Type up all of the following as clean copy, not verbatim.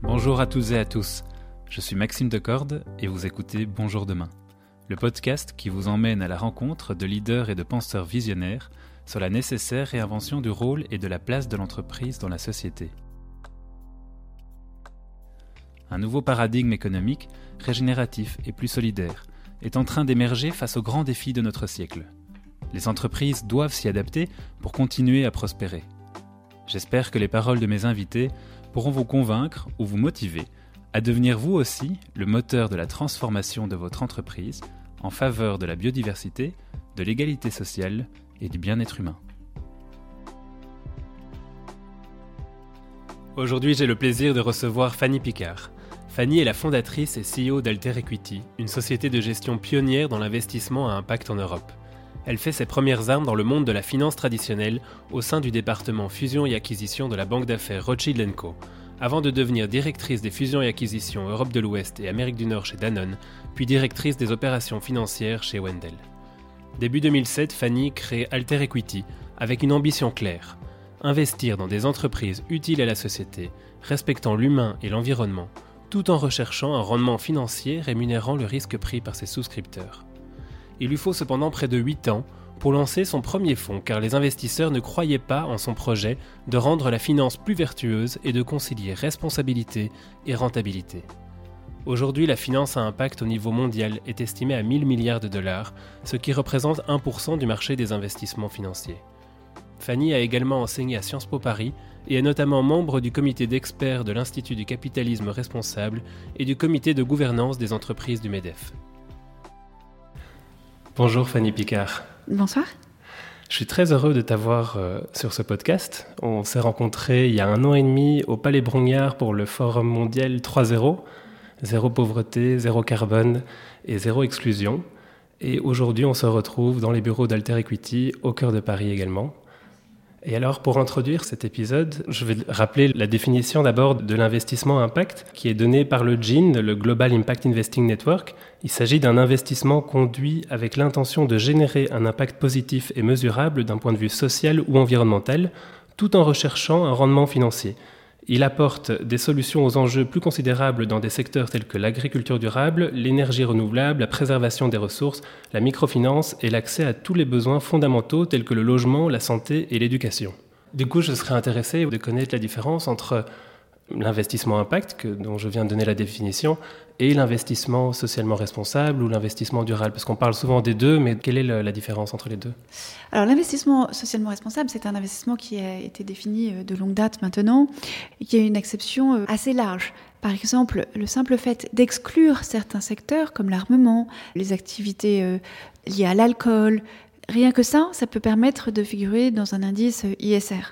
Bonjour à toutes et à tous, je suis Maxime Decorde et vous écoutez Bonjour Demain, le podcast qui vous emmène à la rencontre de leaders et de penseurs visionnaires sur la nécessaire réinvention du rôle et de la place de l'entreprise dans la société. Un nouveau paradigme économique, régénératif et plus solidaire, est en train d'émerger face aux grands défis de notre siècle. Les entreprises doivent s'y adapter pour continuer à prospérer. J'espère que les paroles de mes invités pourront vous convaincre ou vous motiver à devenir vous aussi le moteur de la transformation de votre entreprise en faveur de la biodiversité, de l'égalité sociale et du bien-être humain. Aujourd'hui, j'ai le plaisir de recevoir Fanny Picard. Fanny est la fondatrice et CEO d'Alter Equity, une société de gestion pionnière dans l'investissement à impact en Europe. Elle fait ses premières armes dans le monde de la finance traditionnelle au sein du département fusion et acquisition de la banque d'affaires Rothschild & Co, avant de devenir directrice des fusions et acquisitions Europe de l'Ouest et Amérique du Nord chez Danone, puis directrice des opérations financières chez Wendel. Début 2007, Fanny crée Alter Equity avec une ambition claire, investir dans des entreprises utiles à la société, respectant l'humain et l'environnement, tout en recherchant un rendement financier rémunérant le risque pris par ses souscripteurs. Il lui faut cependant près de 8 ans pour lancer son premier fonds car les investisseurs ne croyaient pas en son projet de rendre la finance plus vertueuse et de concilier responsabilité et rentabilité. Aujourd'hui, la finance à impact au niveau mondial est estimée à 1 000 milliards de dollars, ce qui représente 1% du marché des investissements financiers. Fanny a également enseigné à Sciences Po Paris et est notamment membre du comité d'experts de l'Institut du capitalisme responsable et du comité de gouvernance des entreprises du MEDEF. Bonjour Fanny Picard. Bonsoir. Je suis très heureux de t'avoir sur ce podcast. On s'est rencontrés il y a 1 an et demi au Palais Brongniart pour le Forum mondial 3.0, zéro pauvreté, zéro carbone et zéro exclusion. Et aujourd'hui, on se retrouve dans les bureaux d'Alter Equity, au cœur de Paris également. Et alors, pour introduire cet épisode, je vais rappeler la définition d'abord de l'investissement impact qui est donnée par le GIN, le Global Impact Investing Network. Il s'agit d'un investissement conduit avec l'intention de générer un impact positif et mesurable d'un point de vue social ou environnemental, tout en recherchant un rendement financier. Il apporte des solutions aux enjeux plus considérables dans des secteurs tels que l'agriculture durable, l'énergie renouvelable, la préservation des ressources, la microfinance et l'accès à tous les besoins fondamentaux tels que le logement, la santé et l'éducation. Du coup, je serais intéressé de connaître la différence entre l'investissement impact, dont je viens de donner la définition, et l'investissement socialement responsable ou l'investissement durable. Parce qu'on parle souvent des deux, mais quelle est la différence entre les deux ? Alors l'investissement socialement responsable, c'est un investissement qui a été défini de longue date maintenant et qui a une acception assez large. Par exemple, le simple fait d'exclure certains secteurs comme l'armement, les activités liées à l'alcool, rien que ça peut permettre de figurer dans un indice ISR.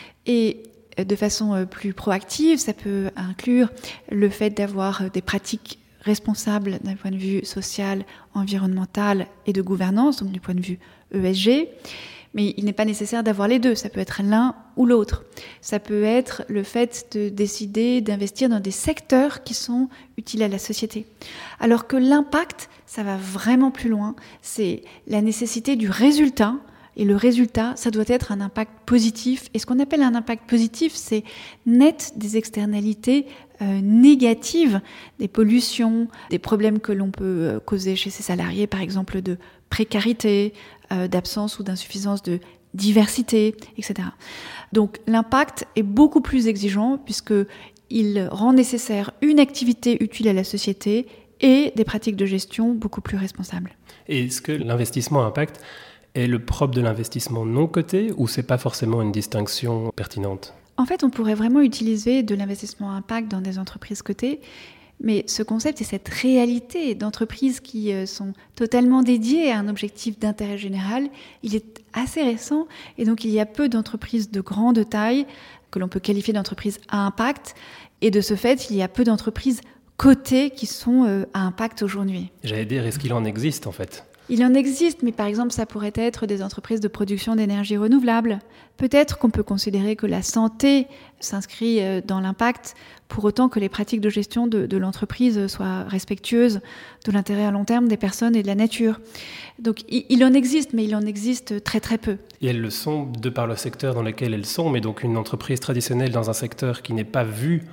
Et de façon plus proactive, ça peut inclure le fait d'avoir des pratiques responsables d'un point de vue social, environnemental et de gouvernance, donc du point de vue ESG. Mais il n'est pas nécessaire d'avoir les deux, ça peut être l'un ou l'autre. Ça peut être le fait de décider d'investir dans des secteurs qui sont utiles à la société. Alors que l'impact, ça va vraiment plus loin, c'est la nécessité du résultat. Et le résultat, ça doit être un impact positif. Et ce qu'on appelle un impact positif, c'est net des externalités négatives, des pollutions, des problèmes que l'on peut causer chez ses salariés, par exemple de précarité, d'absence ou d'insuffisance de diversité, etc. Donc l'impact est beaucoup plus exigeant puisqu'il rend nécessaire une activité utile à la société et des pratiques de gestion beaucoup plus responsables. Et est-ce que l'investissement impact est le propre de l'investissement non coté ou c'est pas forcément une distinction pertinente ? En fait, on pourrait vraiment utiliser de l'investissement impact dans des entreprises cotées, mais ce concept et cette réalité d'entreprises qui sont totalement dédiées à un objectif d'intérêt général, il est assez récent et donc il y a peu d'entreprises de grande taille que l'on peut qualifier d'entreprises à impact et de ce fait, il y a peu d'entreprises cotées qui sont à impact aujourd'hui. J'allais dire, est-ce qu'il en existe en fait ? Il en existe, mais par exemple, ça pourrait être des entreprises de production d'énergie renouvelable. Peut-être qu'on peut considérer que la santé s'inscrit dans l'impact, pour autant que les pratiques de gestion de l'entreprise soient respectueuses de l'intérêt à long terme des personnes et de la nature. Donc il en existe, mais il en existe très très peu. Et elles le sont de par le secteur dans lequel elles sont, mais donc une entreprise traditionnelle dans un secteur qui n'est pas vu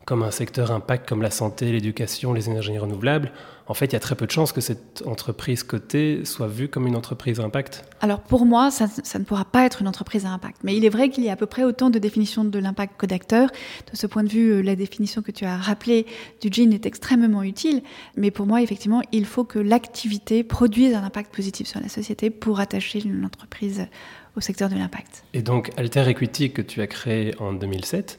comme un secteur impact comme la santé, l'éducation, les énergies renouvelables, en fait, il y a très peu de chances que cette entreprise cotée soit vue comme une entreprise impact. Alors pour moi, ça ne pourra pas être une entreprise à impact. Mais il est vrai qu'il y a à peu près autant de définitions de l'impact que d'acteurs. De ce point de vue, la définition que tu as rappelée du GIN est extrêmement utile. Mais pour moi, effectivement, il faut que l'activité produise un impact positif sur la société pour attacher une entreprise au secteur de l'impact. Et donc, Alter Equity, que tu as créé en 2007,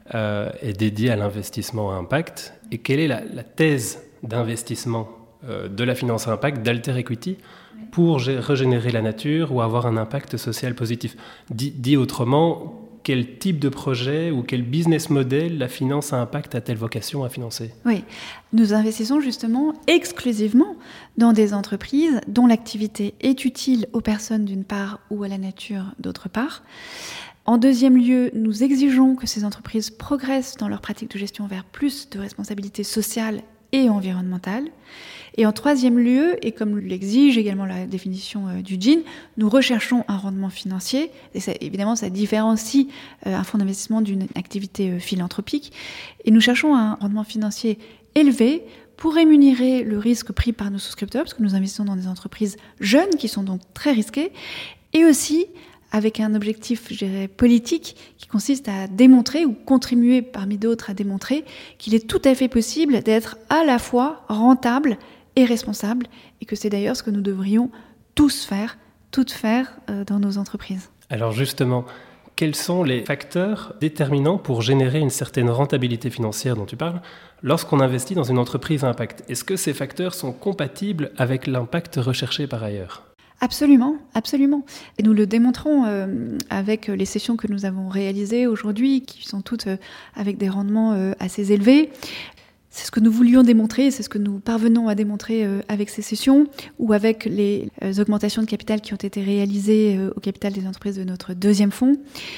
est dédié à l'investissement à impact. Et quelle est la thèse d'investissement de la finance à impact d'Alter Equity pour régénérer la nature ou avoir un impact social positif? Dit autrement, quel type de projet ou quel business model la finance à impact a-t-elle vocation à financer? Oui, nous investissons justement exclusivement dans des entreprises dont l'activité est utile aux personnes d'une part ou à la nature d'autre part. En deuxième lieu, nous exigeons que ces entreprises progressent dans leur pratique de gestion vers plus de responsabilité sociale et environnementale. Et en troisième lieu, et comme l'exige également la définition du GIN, nous recherchons un rendement financier. Et ça, évidemment, ça différencie un fonds d'investissement d'une activité philanthropique. Et nous cherchons un rendement financier élevé pour rémunérer le risque pris par nos souscripteurs, parce que nous investissons dans des entreprises jeunes qui sont donc très risquées, et aussi avec un objectif, je dirais, politique qui consiste à démontrer ou contribuer parmi d'autres à démontrer qu'il est tout à fait possible d'être à la fois rentable et responsable, et que c'est d'ailleurs ce que nous devrions tous faire, toutes faire dans nos entreprises. Alors justement, quels sont les facteurs déterminants pour générer une certaine rentabilité financière dont tu parles lorsqu'on investit dans une entreprise à impact? Est-ce que ces facteurs sont compatibles avec l'impact recherché par ailleurs? Absolument, absolument. Et nous le démontrons avec les sessions que nous avons réalisées aujourd'hui, qui sont toutes avec des rendements assez élevés. C'est ce que nous voulions démontrer, c'est ce que nous parvenons à démontrer avec ces sessions ou avec les augmentations de capital qui ont été réalisées au capital des entreprises de notre deuxième fonds.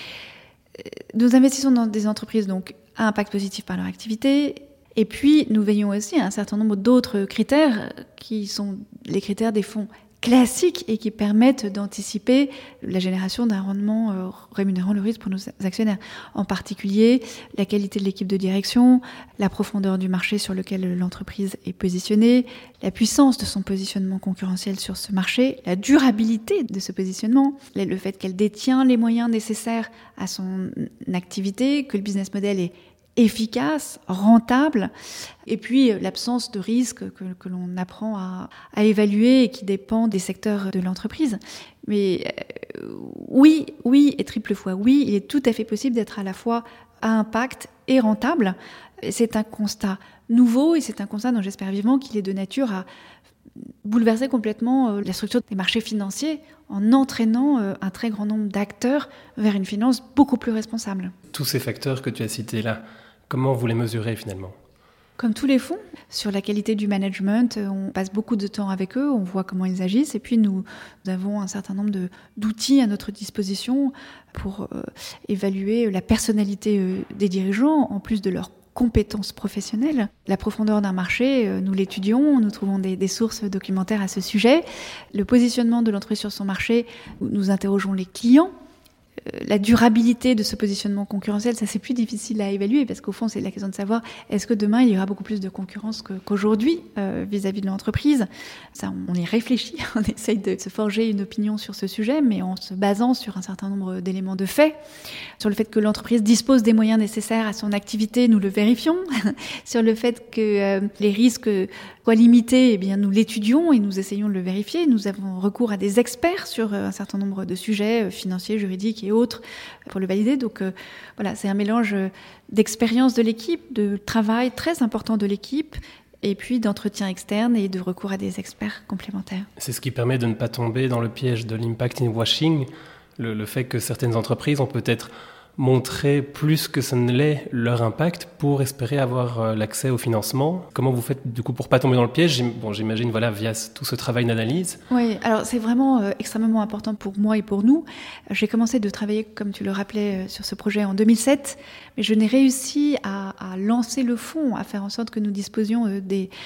Nous investissons dans des entreprises donc à impact positif par leur activité. Et puis, nous veillons aussi à un certain nombre d'autres critères qui sont les critères des fonds classiques et qui permettent d'anticiper la génération d'un rendement rémunérant le risque pour nos actionnaires. En particulier, la qualité de l'équipe de direction, la profondeur du marché sur lequel l'entreprise est positionnée, la puissance de son positionnement concurrentiel sur ce marché, la durabilité de ce positionnement, le fait qu'elle détient les moyens nécessaires à son activité, que le business model est efficace, rentable, et puis l'absence de risque que l'on apprend à évaluer et qui dépend des secteurs de l'entreprise. Mais oui, et triple fois oui, il est tout à fait possible d'être à la fois à impact et rentable. C'est un constat nouveau et c'est un constat dont j'espère vivement qu'il est de nature à bouleverser complètement la structure des marchés financiers en entraînant un très grand nombre d'acteurs vers une finance beaucoup plus responsable. Tous ces facteurs que tu as cités là, comment vous les mesurez finalement ? Comme tous les fonds, sur la qualité du management, on passe beaucoup de temps avec eux, on voit comment ils agissent, et puis nous avons un certain nombre d'outils à notre disposition pour évaluer la personnalité des dirigeants, en plus de leurs compétences professionnelles. La profondeur d'un marché, nous l'étudions, nous trouvons des sources documentaires à ce sujet. Le positionnement de l'entreprise sur son marché, nous interrogeons les clients. La durabilité de ce positionnement concurrentiel, ça c'est plus difficile à évaluer parce qu'au fond c'est la question de savoir est-ce que demain il y aura beaucoup plus de concurrence qu'aujourd'hui vis-à-vis de l'entreprise. Ça, on y réfléchit, on essaye de se forger une opinion sur ce sujet, mais en se basant sur un certain nombre d'éléments de fait. Sur le fait que l'entreprise dispose des moyens nécessaires à son activité, nous le vérifions. Sur le fait que les risques soient limités, eh bien nous l'étudions et nous essayons de le vérifier. Nous avons recours à des experts sur un certain nombre de sujets financiers, juridiques et autres pour le valider. Donc voilà, c'est un mélange d'expérience de l'équipe, de travail très important de l'équipe, et puis d'entretien externe et de recours à des experts complémentaires. C'est ce qui permet de ne pas tomber dans le piège de l'impact washing, le fait que certaines entreprises ont peut-être montré plus que ce ne l'est leur impact pour espérer avoir l'accès au financement. Comment vous faites du coup pour pas tomber dans le piège ? J'imagine voilà, via tout ce travail d'analyse. Oui, alors c'est vraiment extrêmement important pour moi et pour nous. J'ai commencé de travailler, comme tu le rappelais, sur ce projet en 2007, mais je n'ai réussi à lancer le fonds, à faire en sorte que nous disposions des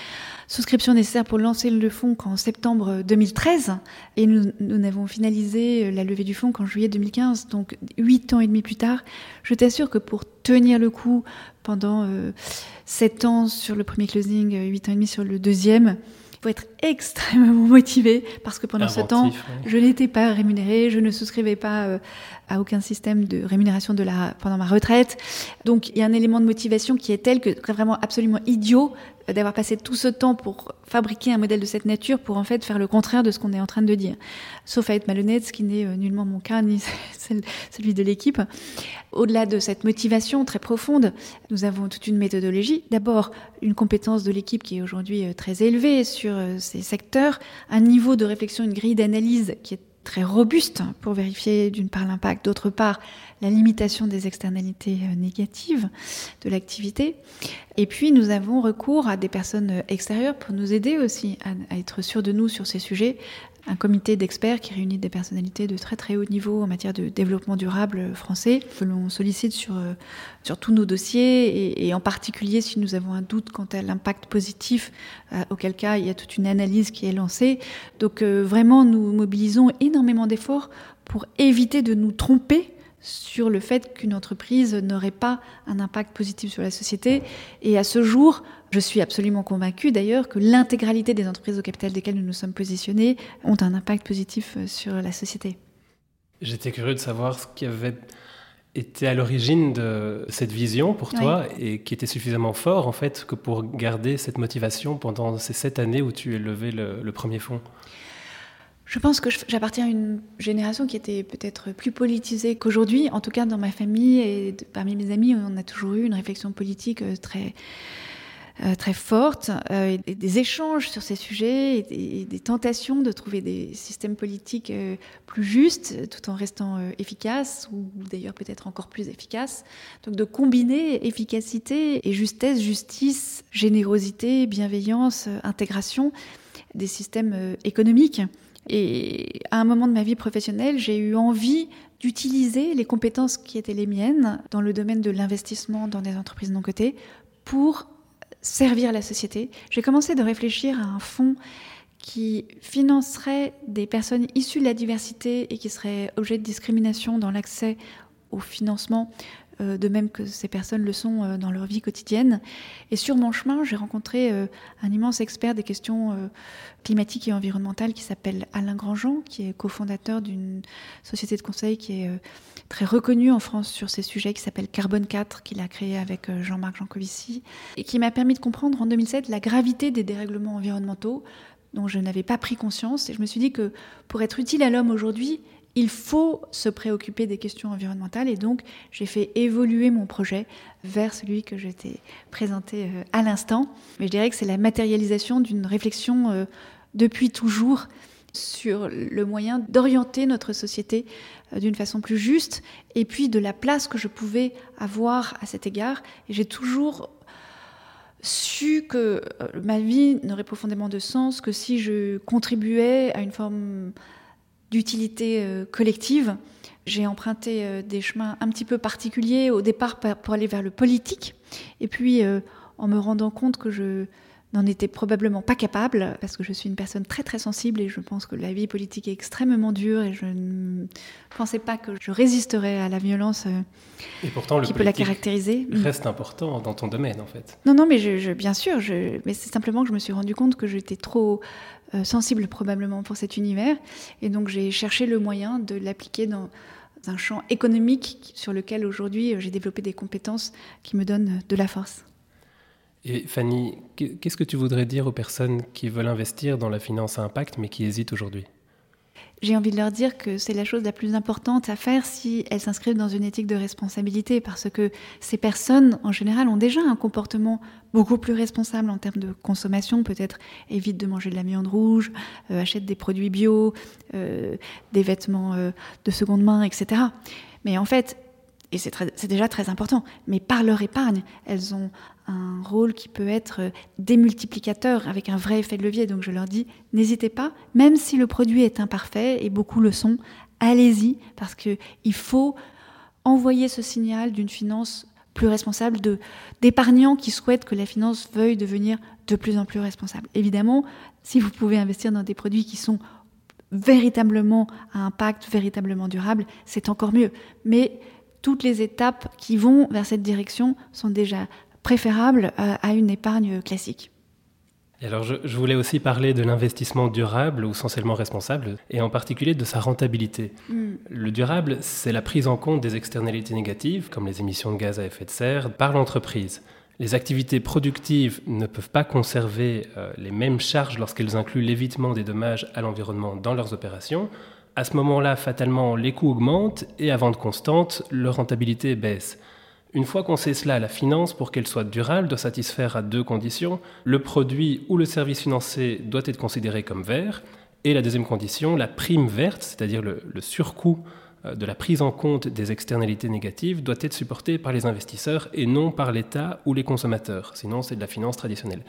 souscription nécessaire pour lancer le fonds qu'en septembre 2013 et nous n'avons finalisé la levée du fonds qu'en juillet 2015, donc 8 ans et demi plus tard. Je t'assure que pour tenir le coup pendant 7 ans sur le premier closing, 8 ans et demi sur le deuxième, il faut être extrêmement motivé parce que pendant ce temps, je n'étais pas rémunérée, je ne souscrivais pas à aucun système de rémunération pendant ma retraite. Donc il y a un élément de motivation qui est tel que c'est vraiment absolument idiot d'avoir passé tout ce temps pour fabriquer un modèle de cette nature pour en fait faire le contraire de ce qu'on est en train de dire. Sauf à être malhonnête, ce qui n'est nullement mon cas, ni celui de l'équipe. Au-delà de cette motivation très profonde, nous avons toute une méthodologie. D'abord, une compétence de l'équipe qui est aujourd'hui très élevée sur ces secteurs, un niveau de réflexion, une grille d'analyse qui est très robuste pour vérifier d'une part l'impact, d'autre part la limitation des externalités négatives de l'activité. Et puis nous avons recours à des personnes extérieures pour nous aider aussi à être sûrs de nous sur ces sujets. Un comité d'experts qui réunit des personnalités de très très haut niveau en matière de développement durable français, que l'on sollicite sur tous nos dossiers et en particulier si nous avons un doute quant à l'impact positif, auquel cas il y a toute une analyse qui est lancée. Donc vraiment nous mobilisons énormément d'efforts pour éviter de nous tromper sur le fait qu'une entreprise n'aurait pas un impact positif sur la société. Et à ce jour, je suis absolument convaincue d'ailleurs que l'intégralité des entreprises au capital desquelles nous nous sommes positionnés ont un impact positif sur la société. J'étais curieux de savoir ce qui avait été à l'origine de cette vision pour toi et qui était suffisamment fort en fait que pour garder cette motivation pendant ces 7 années où tu as levé le premier fonds. Je pense que j'appartiens à une génération qui était peut-être plus politisée qu'aujourd'hui. En tout cas, dans ma famille et parmi mes amis, on a toujours eu une réflexion politique très forte, et des échanges sur ces sujets et des tentations de trouver des systèmes politiques plus justes tout en restant efficaces ou d'ailleurs peut-être encore plus efficaces. Donc de combiner efficacité et justesse, justice, générosité, bienveillance, intégration des systèmes économiques. Et à un moment de ma vie professionnelle, j'ai eu envie d'utiliser les compétences qui étaient les miennes dans le domaine de l'investissement dans des entreprises non cotées pour servir la société. J'ai commencé de réfléchir à un fonds qui financerait des personnes issues de la diversité et qui seraient objet de discrimination dans l'accès au financement, de même que ces personnes le sont dans leur vie quotidienne. Et sur mon chemin, j'ai rencontré un immense expert des questions climatiques et environnementales qui s'appelle Alain Grandjean, qui est cofondateur d'une société de conseil qui est très reconnue en France sur ces sujets, qui s'appelle Carbone 4, qu'il a créé avec Jean-Marc Jancovici, et qui m'a permis de comprendre en 2007 la gravité des dérèglements environnementaux dont je n'avais pas pris conscience. Et je me suis dit que pour être utile à l'homme aujourd'hui, il faut se préoccuper des questions environnementales et donc j'ai fait évoluer mon projet vers celui que je t'ai présenté à l'instant. Mais je dirais que c'est la matérialisation d'une réflexion depuis toujours sur le moyen d'orienter notre société d'une façon plus juste et puis de la place que je pouvais avoir à cet égard. Et j'ai toujours su que ma vie n'aurait profondément de sens que si je contribuais à une forme d'utilité collective. J'ai emprunté des chemins un petit peu particuliers au départ pour aller vers le politique et puis en me rendant compte que je n'en étais probablement pas capable parce que je suis une personne très très sensible et je pense que la vie politique est extrêmement dure et je ne pensais pas que je résisterais à la violence et pourtant, qui peut la caractériser. Reste important dans ton domaine en fait. Non, mais bien sûr, mais c'est simplement que je me suis rendu compte que j'étais trop sensible probablement pour cet univers et donc j'ai cherché le moyen de l'appliquer dans un champ économique sur lequel aujourd'hui j'ai développé des compétences qui me donnent de la force. Et Fanny, qu'est-ce que tu voudrais dire aux personnes qui veulent investir dans la finance à impact mais qui hésitent aujourd'hui ? J'ai envie de leur dire que c'est la chose la plus importante à faire si elles s'inscrivent dans une éthique de responsabilité, parce que ces personnes, en général, ont déjà un comportement beaucoup plus responsable en termes de consommation, peut-être évitent de manger de la viande rouge, achètent des produits bio, des vêtements de seconde main, etc. Mais en fait, et c'est déjà très important, mais par leur épargne, elles ont un rôle qui peut être démultiplicateur avec un vrai effet de levier. Donc je leur dis, n'hésitez pas, même si le produit est imparfait, et beaucoup le sont, allez-y, parce qu'il faut envoyer ce signal d'une finance plus responsables, d'épargnants qui souhaitent que la finance veuille devenir de plus en plus responsable. Évidemment, si vous pouvez investir dans des produits qui sont véritablement à impact, véritablement durable, c'est encore mieux. Mais toutes les étapes qui vont vers cette direction sont déjà préférables à une épargne classique. Et alors, je voulais aussi parler de l'investissement durable ou essentiellement responsable, et en particulier de sa rentabilité. Le durable, c'est la prise en compte des externalités négatives, comme les émissions de gaz à effet de serre, par l'entreprise. Les activités productives ne peuvent pas conserver les mêmes charges lorsqu'elles incluent l'évitement des dommages à l'environnement dans leurs opérations. À ce moment-là, fatalement, les coûts augmentent et à vente constante, leur rentabilité baisse. Une fois qu'on sait cela, la finance, pour qu'elle soit durable, doit satisfaire à 2 conditions. Le produit ou le service financé doit être considéré comme vert. Et la deuxième condition, la prime verte, c'est-à-dire le surcoût de la prise en compte des externalités négatives, doit être supporté par les investisseurs et non par l'État ou les consommateurs. Sinon, c'est de la finance traditionnelle.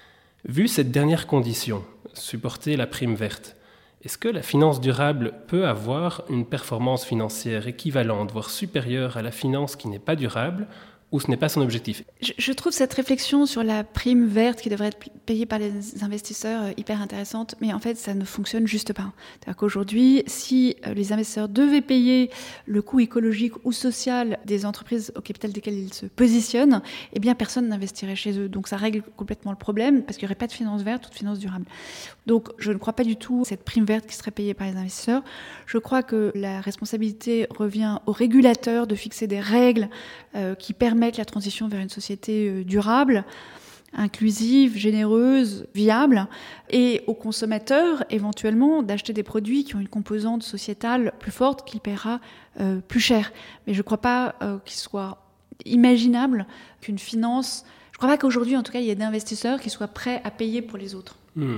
Vu cette dernière condition, supporter la prime verte, est-ce que la finance durable peut avoir une performance financière équivalente, voire supérieure à la finance qui n'est pas durable, ou ce n'est pas son objectif ? Je trouve cette réflexion sur la prime verte qui devrait être payée par les investisseurs hyper intéressante, mais en fait, ça ne fonctionne juste pas. C'est-à-dire qu'aujourd'hui, si les investisseurs devaient payer le coût écologique ou social des entreprises au capital desquelles ils se positionnent, eh bien, personne n'investirait chez eux. Donc, ça règle complètement le problème, parce qu'il n'y aurait pas de finance verte ou de finance durable. Donc, je ne crois pas du tout à cette prime verte qui serait payée par les investisseurs. Je crois que la responsabilité revient aux régulateurs de fixer des règles qui permettent la transition vers une société durable, inclusive, généreuse, viable, et aux consommateurs, éventuellement, d'acheter des produits qui ont une composante sociétale plus forte, qu'il paiera plus cher. Mais je ne crois pas qu'il soit imaginable qu'une finance... Je ne crois pas qu'aujourd'hui, en tout cas, il y ait d'investisseurs qui soient prêts à payer pour les autres.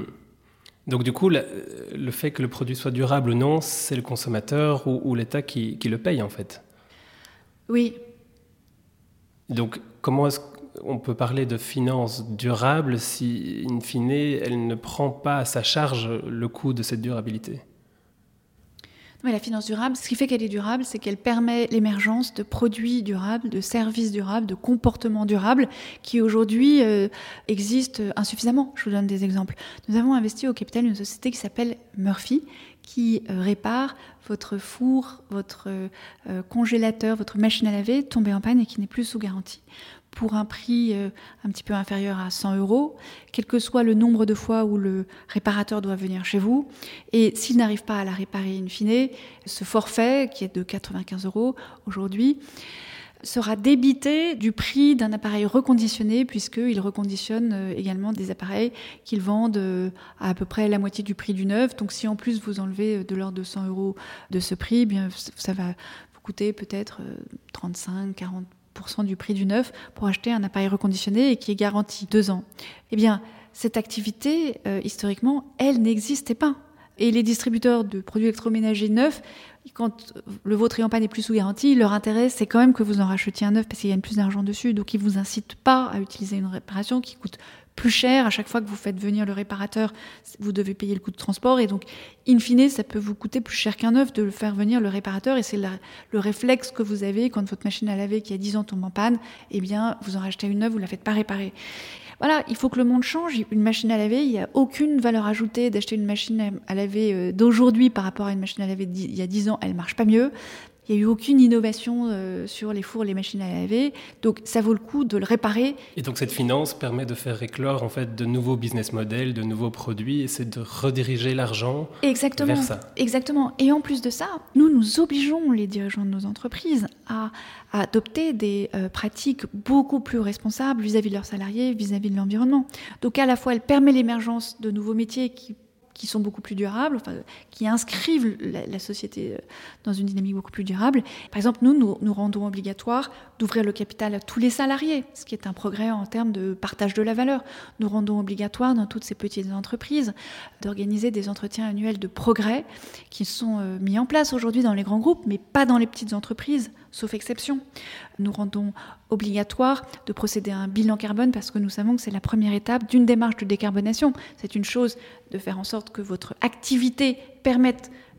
Donc du coup, le fait que le produit soit durable ou non, c'est le consommateur ou l'État qui le paye, en fait. Oui. Donc, comment est-ce qu'on peut parler de finance durable si, in fine, elle ne prend pas à sa charge le coût de cette durabilité ? Mais la finance durable, ce qui fait qu'elle est durable, c'est qu'elle permet l'émergence de produits durables, de services durables, de comportements durables qui aujourd'hui existent insuffisamment. Je vous donne des exemples. Nous avons investi au capital d'une société qui s'appelle Murphy, qui répare votre four, votre congélateur, votre machine à laver tombée en panne et qui n'est plus sous garantie, pour un prix un petit peu inférieur à 100 €, quel que soit le nombre de fois où le réparateur doit venir chez vous. Et s'il n'arrive pas à la réparer in fine, ce forfait, qui est de 95 € aujourd'hui, sera débité du prix d'un appareil reconditionné, puisqu'ils reconditionnent également des appareils qu'ils vendent à peu près la moitié du prix du neuf. Donc si en plus vous enlevez de l'ordre de 100 € de ce prix, eh bien, ça va vous coûter peut-être 35-40% du prix du neuf pour acheter un appareil reconditionné et qui est garanti 2 ans. Eh bien, cette activité, historiquement, elle n'existait pas. Et les distributeurs de produits électroménagers neufs, quand le vôtre est en panne et plus sous garantie, leur intérêt, c'est quand même que vous en rachetiez un neuf parce qu'ils gagnent plus d'argent dessus. Donc, ils ne vous incitent pas à utiliser une réparation qui coûte plus cher. À chaque fois que vous faites venir le réparateur, vous devez payer le coût de transport. Et donc, in fine, ça peut vous coûter plus cher qu'un neuf de faire venir le réparateur. Et c'est le réflexe que vous avez quand votre machine à laver qui a 10 ans tombe en panne. Eh bien, vous en rachetez une neuve, vous ne la faites pas réparer. Voilà, il faut que le monde change. Une machine à laver, il n'y a aucune valeur ajoutée d'acheter une machine à laver d'aujourd'hui par rapport à une machine à laver d'il y a 10 ans. Elle ne marche pas mieux. Il n'y a eu aucune innovation sur les fours, les machines à laver. Donc, ça vaut le coup de le réparer. Et donc, cette finance permet de faire éclore en fait, de nouveaux business models, de nouveaux produits, et c'est de rediriger l'argent vers ça. Exactement. Et en plus de ça, nous obligeons les dirigeants de nos entreprises à adopter des pratiques beaucoup plus responsables vis-à-vis de leurs salariés, vis-à-vis de l'environnement. Donc, à la fois, elle permet l'émergence de nouveaux métiers qui sont beaucoup plus durables, enfin, qui inscrivent la société dans une dynamique beaucoup plus durable. Par exemple, nous rendons obligatoire d'ouvrir le capital à tous les salariés, ce qui est un progrès en termes de partage de la valeur. Nous rendons obligatoire dans toutes ces petites entreprises d'organiser des entretiens annuels de progrès qui sont mis en place aujourd'hui dans les grands groupes, mais pas dans les petites entreprises, sauf exception. Nous rendons obligatoire de procéder à un bilan carbone parce que nous savons que c'est la première étape d'une démarche de décarbonation. C'est une chose de faire en sorte que votre activité permette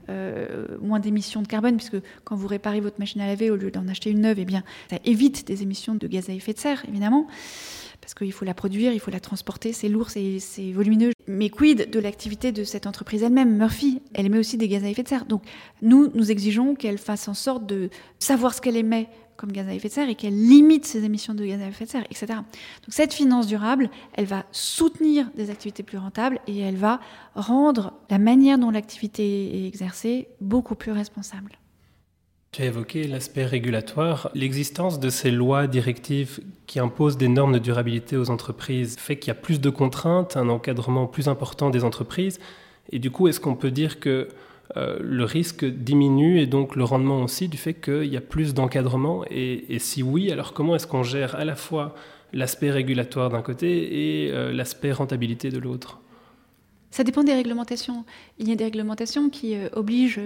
moins d'émissions de carbone, puisque quand vous réparez votre machine à laver, au lieu d'en acheter une neuve, eh bien, ça évite des émissions de gaz à effet de serre, évidemment, parce qu'il faut la produire, il faut la transporter, c'est lourd, c'est volumineux. Mais quid de l'activité de cette entreprise elle-même, Murphy? Elle émet aussi des gaz à effet de serre. Donc nous exigeons qu'elle fasse en sorte de savoir ce qu'elle émet comme gaz à effet de serre et qu'elle limite ses émissions de gaz à effet de serre, etc. Donc cette finance durable, elle va soutenir des activités plus rentables et elle va rendre la manière dont l'activité est exercée beaucoup plus responsable. Tu as évoqué l'aspect régulatoire. L'existence de ces lois, directives qui imposent des normes de durabilité aux entreprises fait qu'il y a plus de contraintes, un encadrement plus important des entreprises. Et du coup, est-ce qu'on peut dire que le risque diminue et donc le rendement aussi du fait qu'il y a plus d'encadrement et si oui, alors comment est-ce qu'on gère à la fois l'aspect régulatoire d'un côté et l'aspect rentabilité de l'autre? Ça dépend des réglementations. Il y a des réglementations qui obligent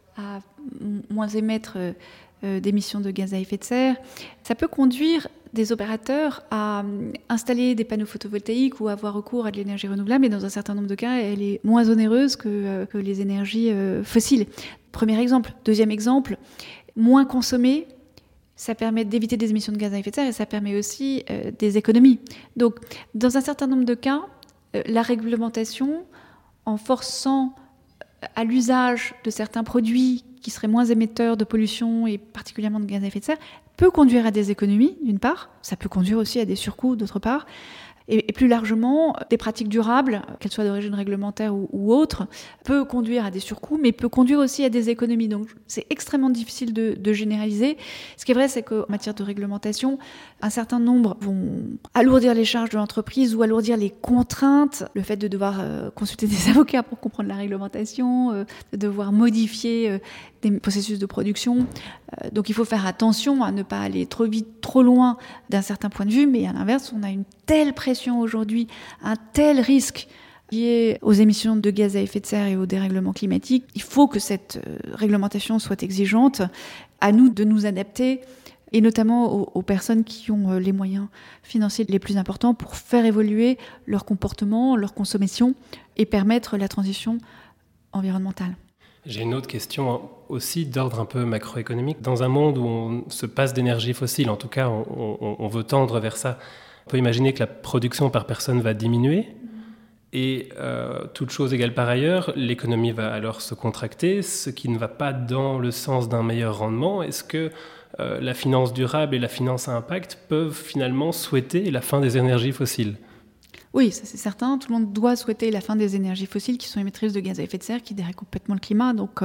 à moins émettre d'émissions de gaz à effet de serre. Ça peut conduire des opérateurs à installer des panneaux photovoltaïques ou avoir recours à de l'énergie renouvelable, mais dans un certain nombre de cas, elle est moins onéreuse que les énergies fossiles. Premier exemple. Deuxième exemple, moins consommer, ça permet d'éviter des émissions de gaz à effet de serre et ça permet aussi des économies. Donc, dans un certain nombre de cas, la réglementation, en forçant à l'usage de certains produits qui seraient moins émetteurs de pollution et particulièrement de gaz à effet de serre, peut conduire à des économies, d'une part. Ça peut conduire aussi à des surcoûts, d'autre part. Et plus largement, des pratiques durables, qu'elles soient d'origine réglementaire ou autre, peut conduire à des surcoûts, mais peut conduire aussi à des économies. Donc c'est extrêmement difficile de généraliser. Ce qui est vrai, c'est qu'en matière de réglementation, un certain nombre vont alourdir les charges de l'entreprise ou alourdir les contraintes, le fait de devoir consulter des avocats pour comprendre la réglementation, de devoir modifier des processus de production. Donc il faut faire attention à ne pas aller trop vite, trop loin d'un certain point de vue, mais à l'inverse, on a une telle pression aujourd'hui, un tel risque lié aux émissions de gaz à effet de serre et au dérèglement climatique. Il faut que cette réglementation soit exigeante, à nous de nous adapter, et notamment aux personnes qui ont les moyens financiers les plus importants pour faire évoluer leur comportement, leur consommation et permettre la transition environnementale. J'ai une autre question aussi d'ordre un peu macroéconomique. Dans un monde où on se passe d'énergie fossile, en tout cas on veut tendre vers ça, on peut imaginer que la production par personne va diminuer et toute chose égale par ailleurs, l'économie va alors se contracter, ce qui ne va pas dans le sens d'un meilleur rendement. Est-ce que la finance durable et la finance à impact peuvent finalement souhaiter la fin des énergies fossiles ? Oui, ça c'est certain. Tout le monde doit souhaiter la fin des énergies fossiles qui sont émettrices de gaz à effet de serre, qui dérèglent complètement le climat. Donc,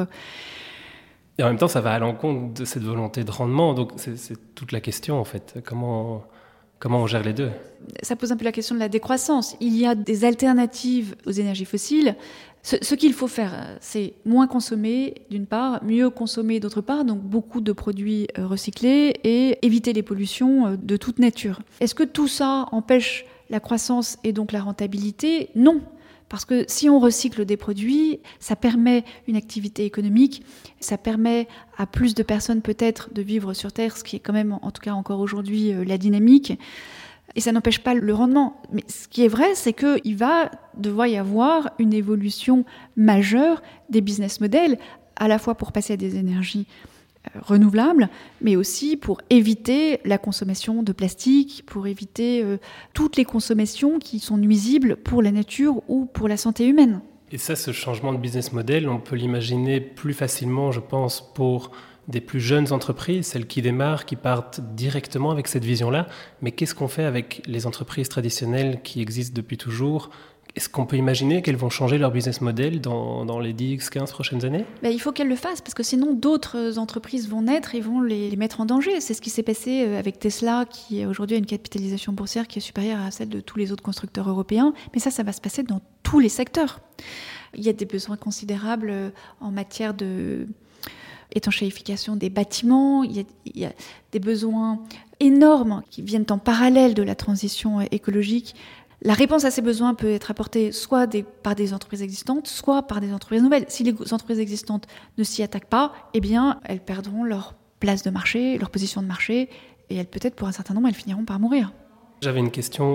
Et en même temps, ça va à l'encontre de cette volonté de rendement. Donc c'est toute la question en fait. Comment on gère les deux ? Ça pose un peu la question de la décroissance. Il y a des alternatives aux énergies fossiles. Ce qu'il faut faire, c'est moins consommer d'une part, mieux consommer d'autre part, donc beaucoup de produits recyclés et éviter les pollutions de toute nature. Est-ce que tout ça empêche la croissance et donc la rentabilité? Non. Parce que si on recycle des produits, ça permet une activité économique, ça permet à plus de personnes peut-être de vivre sur Terre, ce qui est quand même, en tout cas encore aujourd'hui, la dynamique. Et ça n'empêche pas le rendement. Mais ce qui est vrai, c'est qu'il va devoir y avoir une évolution majeure des business models, à la fois pour passer à des énergies renouvelables, mais aussi pour éviter la consommation de plastique, pour éviter toutes les consommations qui sont nuisibles pour la nature ou pour la santé humaine. Et ça, ce changement de business model, on peut l'imaginer plus facilement, je pense, pour des plus jeunes entreprises, celles qui démarrent, qui partent directement avec cette vision-là. Mais qu'est-ce qu'on fait avec les entreprises traditionnelles qui existent depuis toujours ? Est-ce qu'on peut imaginer qu'elles vont changer leur business model dans les 10-15 prochaines années ? Il faut qu'elles le fassent, parce que sinon d'autres entreprises vont naître et vont les mettre en danger. C'est ce qui s'est passé avec Tesla, qui aujourd'hui a une capitalisation boursière qui est supérieure à celle de tous les autres constructeurs européens. Mais ça va se passer dans tous les secteurs. Il y a des besoins considérables en matière de étanchéification des bâtiments, il y a des besoins énormes qui viennent en parallèle de la transition écologique. La réponse à ces besoins peut être apportée soit par des entreprises existantes, soit par des entreprises nouvelles. Si les entreprises existantes ne s'y attaquent pas, eh bien, elles perdront leur place de marché, leur position de marché, et elles peut-être, pour un certain nombre, elles finiront par mourir. J'avais une question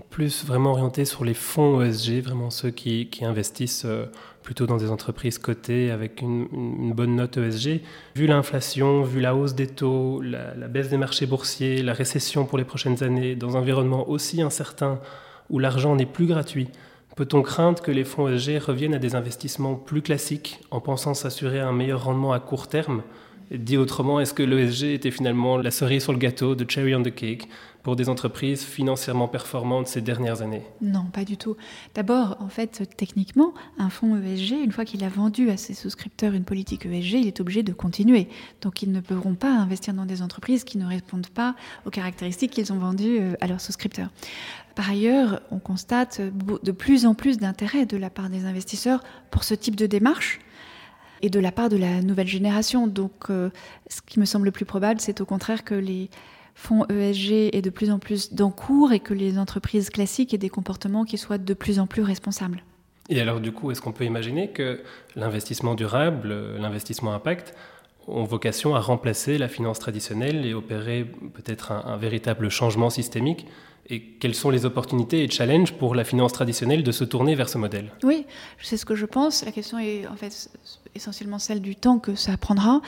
plus vraiment orienté sur les fonds ESG, vraiment ceux qui investissent plutôt dans des entreprises cotées avec une bonne note ESG. Vu l'inflation, vu la hausse des taux, la baisse des marchés boursiers, la récession pour les prochaines années, dans un environnement aussi incertain où l'argent n'est plus gratuit, peut-on craindre que les fonds ESG reviennent à des investissements plus classiques en pensant s'assurer un meilleur rendement à court terme ? Dit autrement, est-ce que l'ESG était finalement la cerise sur le gâteau, the cherry on the cake, pour des entreprises financièrement performantes ces dernières années ? Non, pas du tout. D'abord, en fait, techniquement, un fonds ESG, une fois qu'il a vendu à ses souscripteurs une politique ESG, il est obligé de continuer. Donc, ils ne pourront pas investir dans des entreprises qui ne répondent pas aux caractéristiques qu'ils ont vendues à leurs souscripteurs. Par ailleurs, on constate de plus en plus d'intérêt de la part des investisseurs pour ce type de démarche, et de la part de la nouvelle génération. Donc, ce qui me semble le plus probable, c'est au contraire que les fonds ESG aient de plus en plus d'encours et que les entreprises classiques aient des comportements qui soient de plus en plus responsables. Et alors, du coup, est-ce qu'on peut imaginer que l'investissement durable, l'investissement impact, ont vocation à remplacer la finance traditionnelle et opérer peut-être un véritable changement systémique ? Et quelles sont les opportunités et challenges pour la finance traditionnelle de se tourner vers ce modèle ? Oui, c'est ce que je pense. La question est en fait essentiellement celle du temps que ça prendra.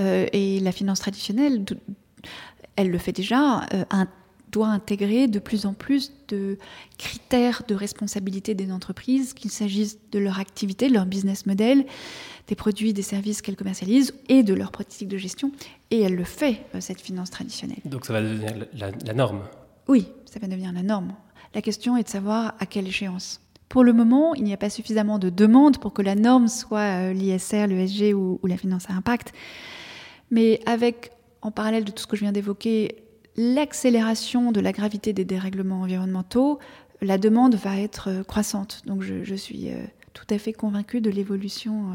Et la finance traditionnelle, elle le fait déjà, doit intégrer de plus en plus de critères de responsabilité des entreprises, qu'il s'agisse de leur activité, de leur business model, des produits, des services qu'elles commercialisent et de leur politique de gestion. Et elle le fait, cette finance traditionnelle. Donc ça va devenir la norme ? Oui, ça va devenir la norme. La question est de savoir à quelle échéance. Pour le moment, il n'y a pas suffisamment de demandes pour que la norme soit l'ISR, l'ESG ou la finance à impact. Mais avec, en parallèle de tout ce que je viens d'évoquer, l'accélération de la gravité des dérèglements environnementaux, la demande va être croissante. Donc je suis tout à fait convaincue de l'évolution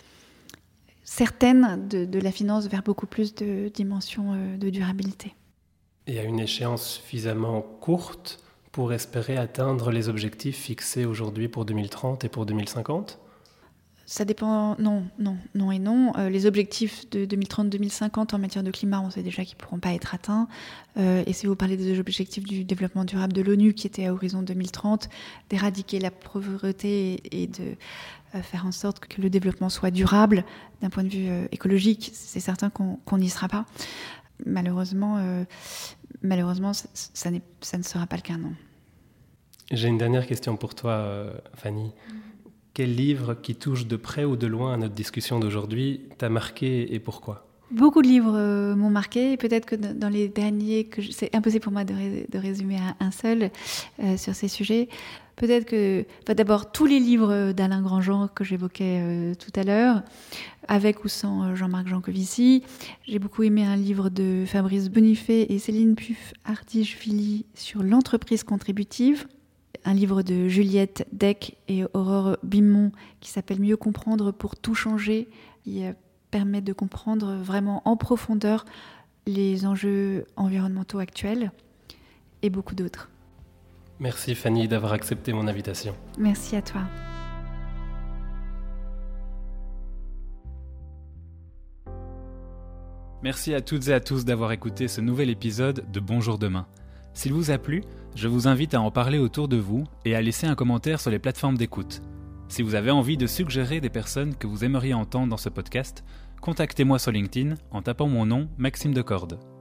certaine de la finance vers beaucoup plus de dimensions de durabilité. Et à une échéance suffisamment courte pour espérer atteindre les objectifs fixés aujourd'hui pour 2030 et pour 2050 ? Ça dépend, non et non. Les objectifs de 2030-2050 en matière de climat, on sait déjà qu'ils ne pourront pas être atteints. Et si vous parlez des objectifs du développement durable de l'ONU, qui étaient à horizon 2030, d'éradiquer la pauvreté et de faire en sorte que le développement soit durable d'un point de vue écologique, c'est certain qu'on n'y sera pas. Malheureusement, ça ne sera pas le cas, non. J'ai une dernière question pour toi, Fanny. Quel livre qui touche de près ou de loin à notre discussion d'aujourd'hui t'a marqué et pourquoi ? Beaucoup de livres m'ont marqué. Peut-être que dans les derniers, c'est impossible pour moi de résumer un seul sur ces sujets. Peut-être que, d'abord, tous les livres d'Alain Grandjean que j'évoquais tout à l'heure, avec ou sans Jean-Marc Jancovici. J'ai beaucoup aimé un livre de Fabrice Bonifay et Céline Puf-Ardichvili sur l'entreprise contributive. Un livre de Juliette Deck et Aurore Bimon qui s'appelle « Mieux comprendre pour tout changer », qui permet de comprendre vraiment en profondeur les enjeux environnementaux actuels et beaucoup d'autres. Merci Fanny d'avoir accepté mon invitation. Merci à toi. Merci à toutes et à tous d'avoir écouté ce nouvel épisode de Bonjour Demain. S'il vous a plu, je vous invite à en parler autour de vous et à laisser un commentaire sur les plateformes d'écoute. Si vous avez envie de suggérer des personnes que vous aimeriez entendre dans ce podcast, contactez-moi sur LinkedIn en tapant mon nom Maxime Decorde.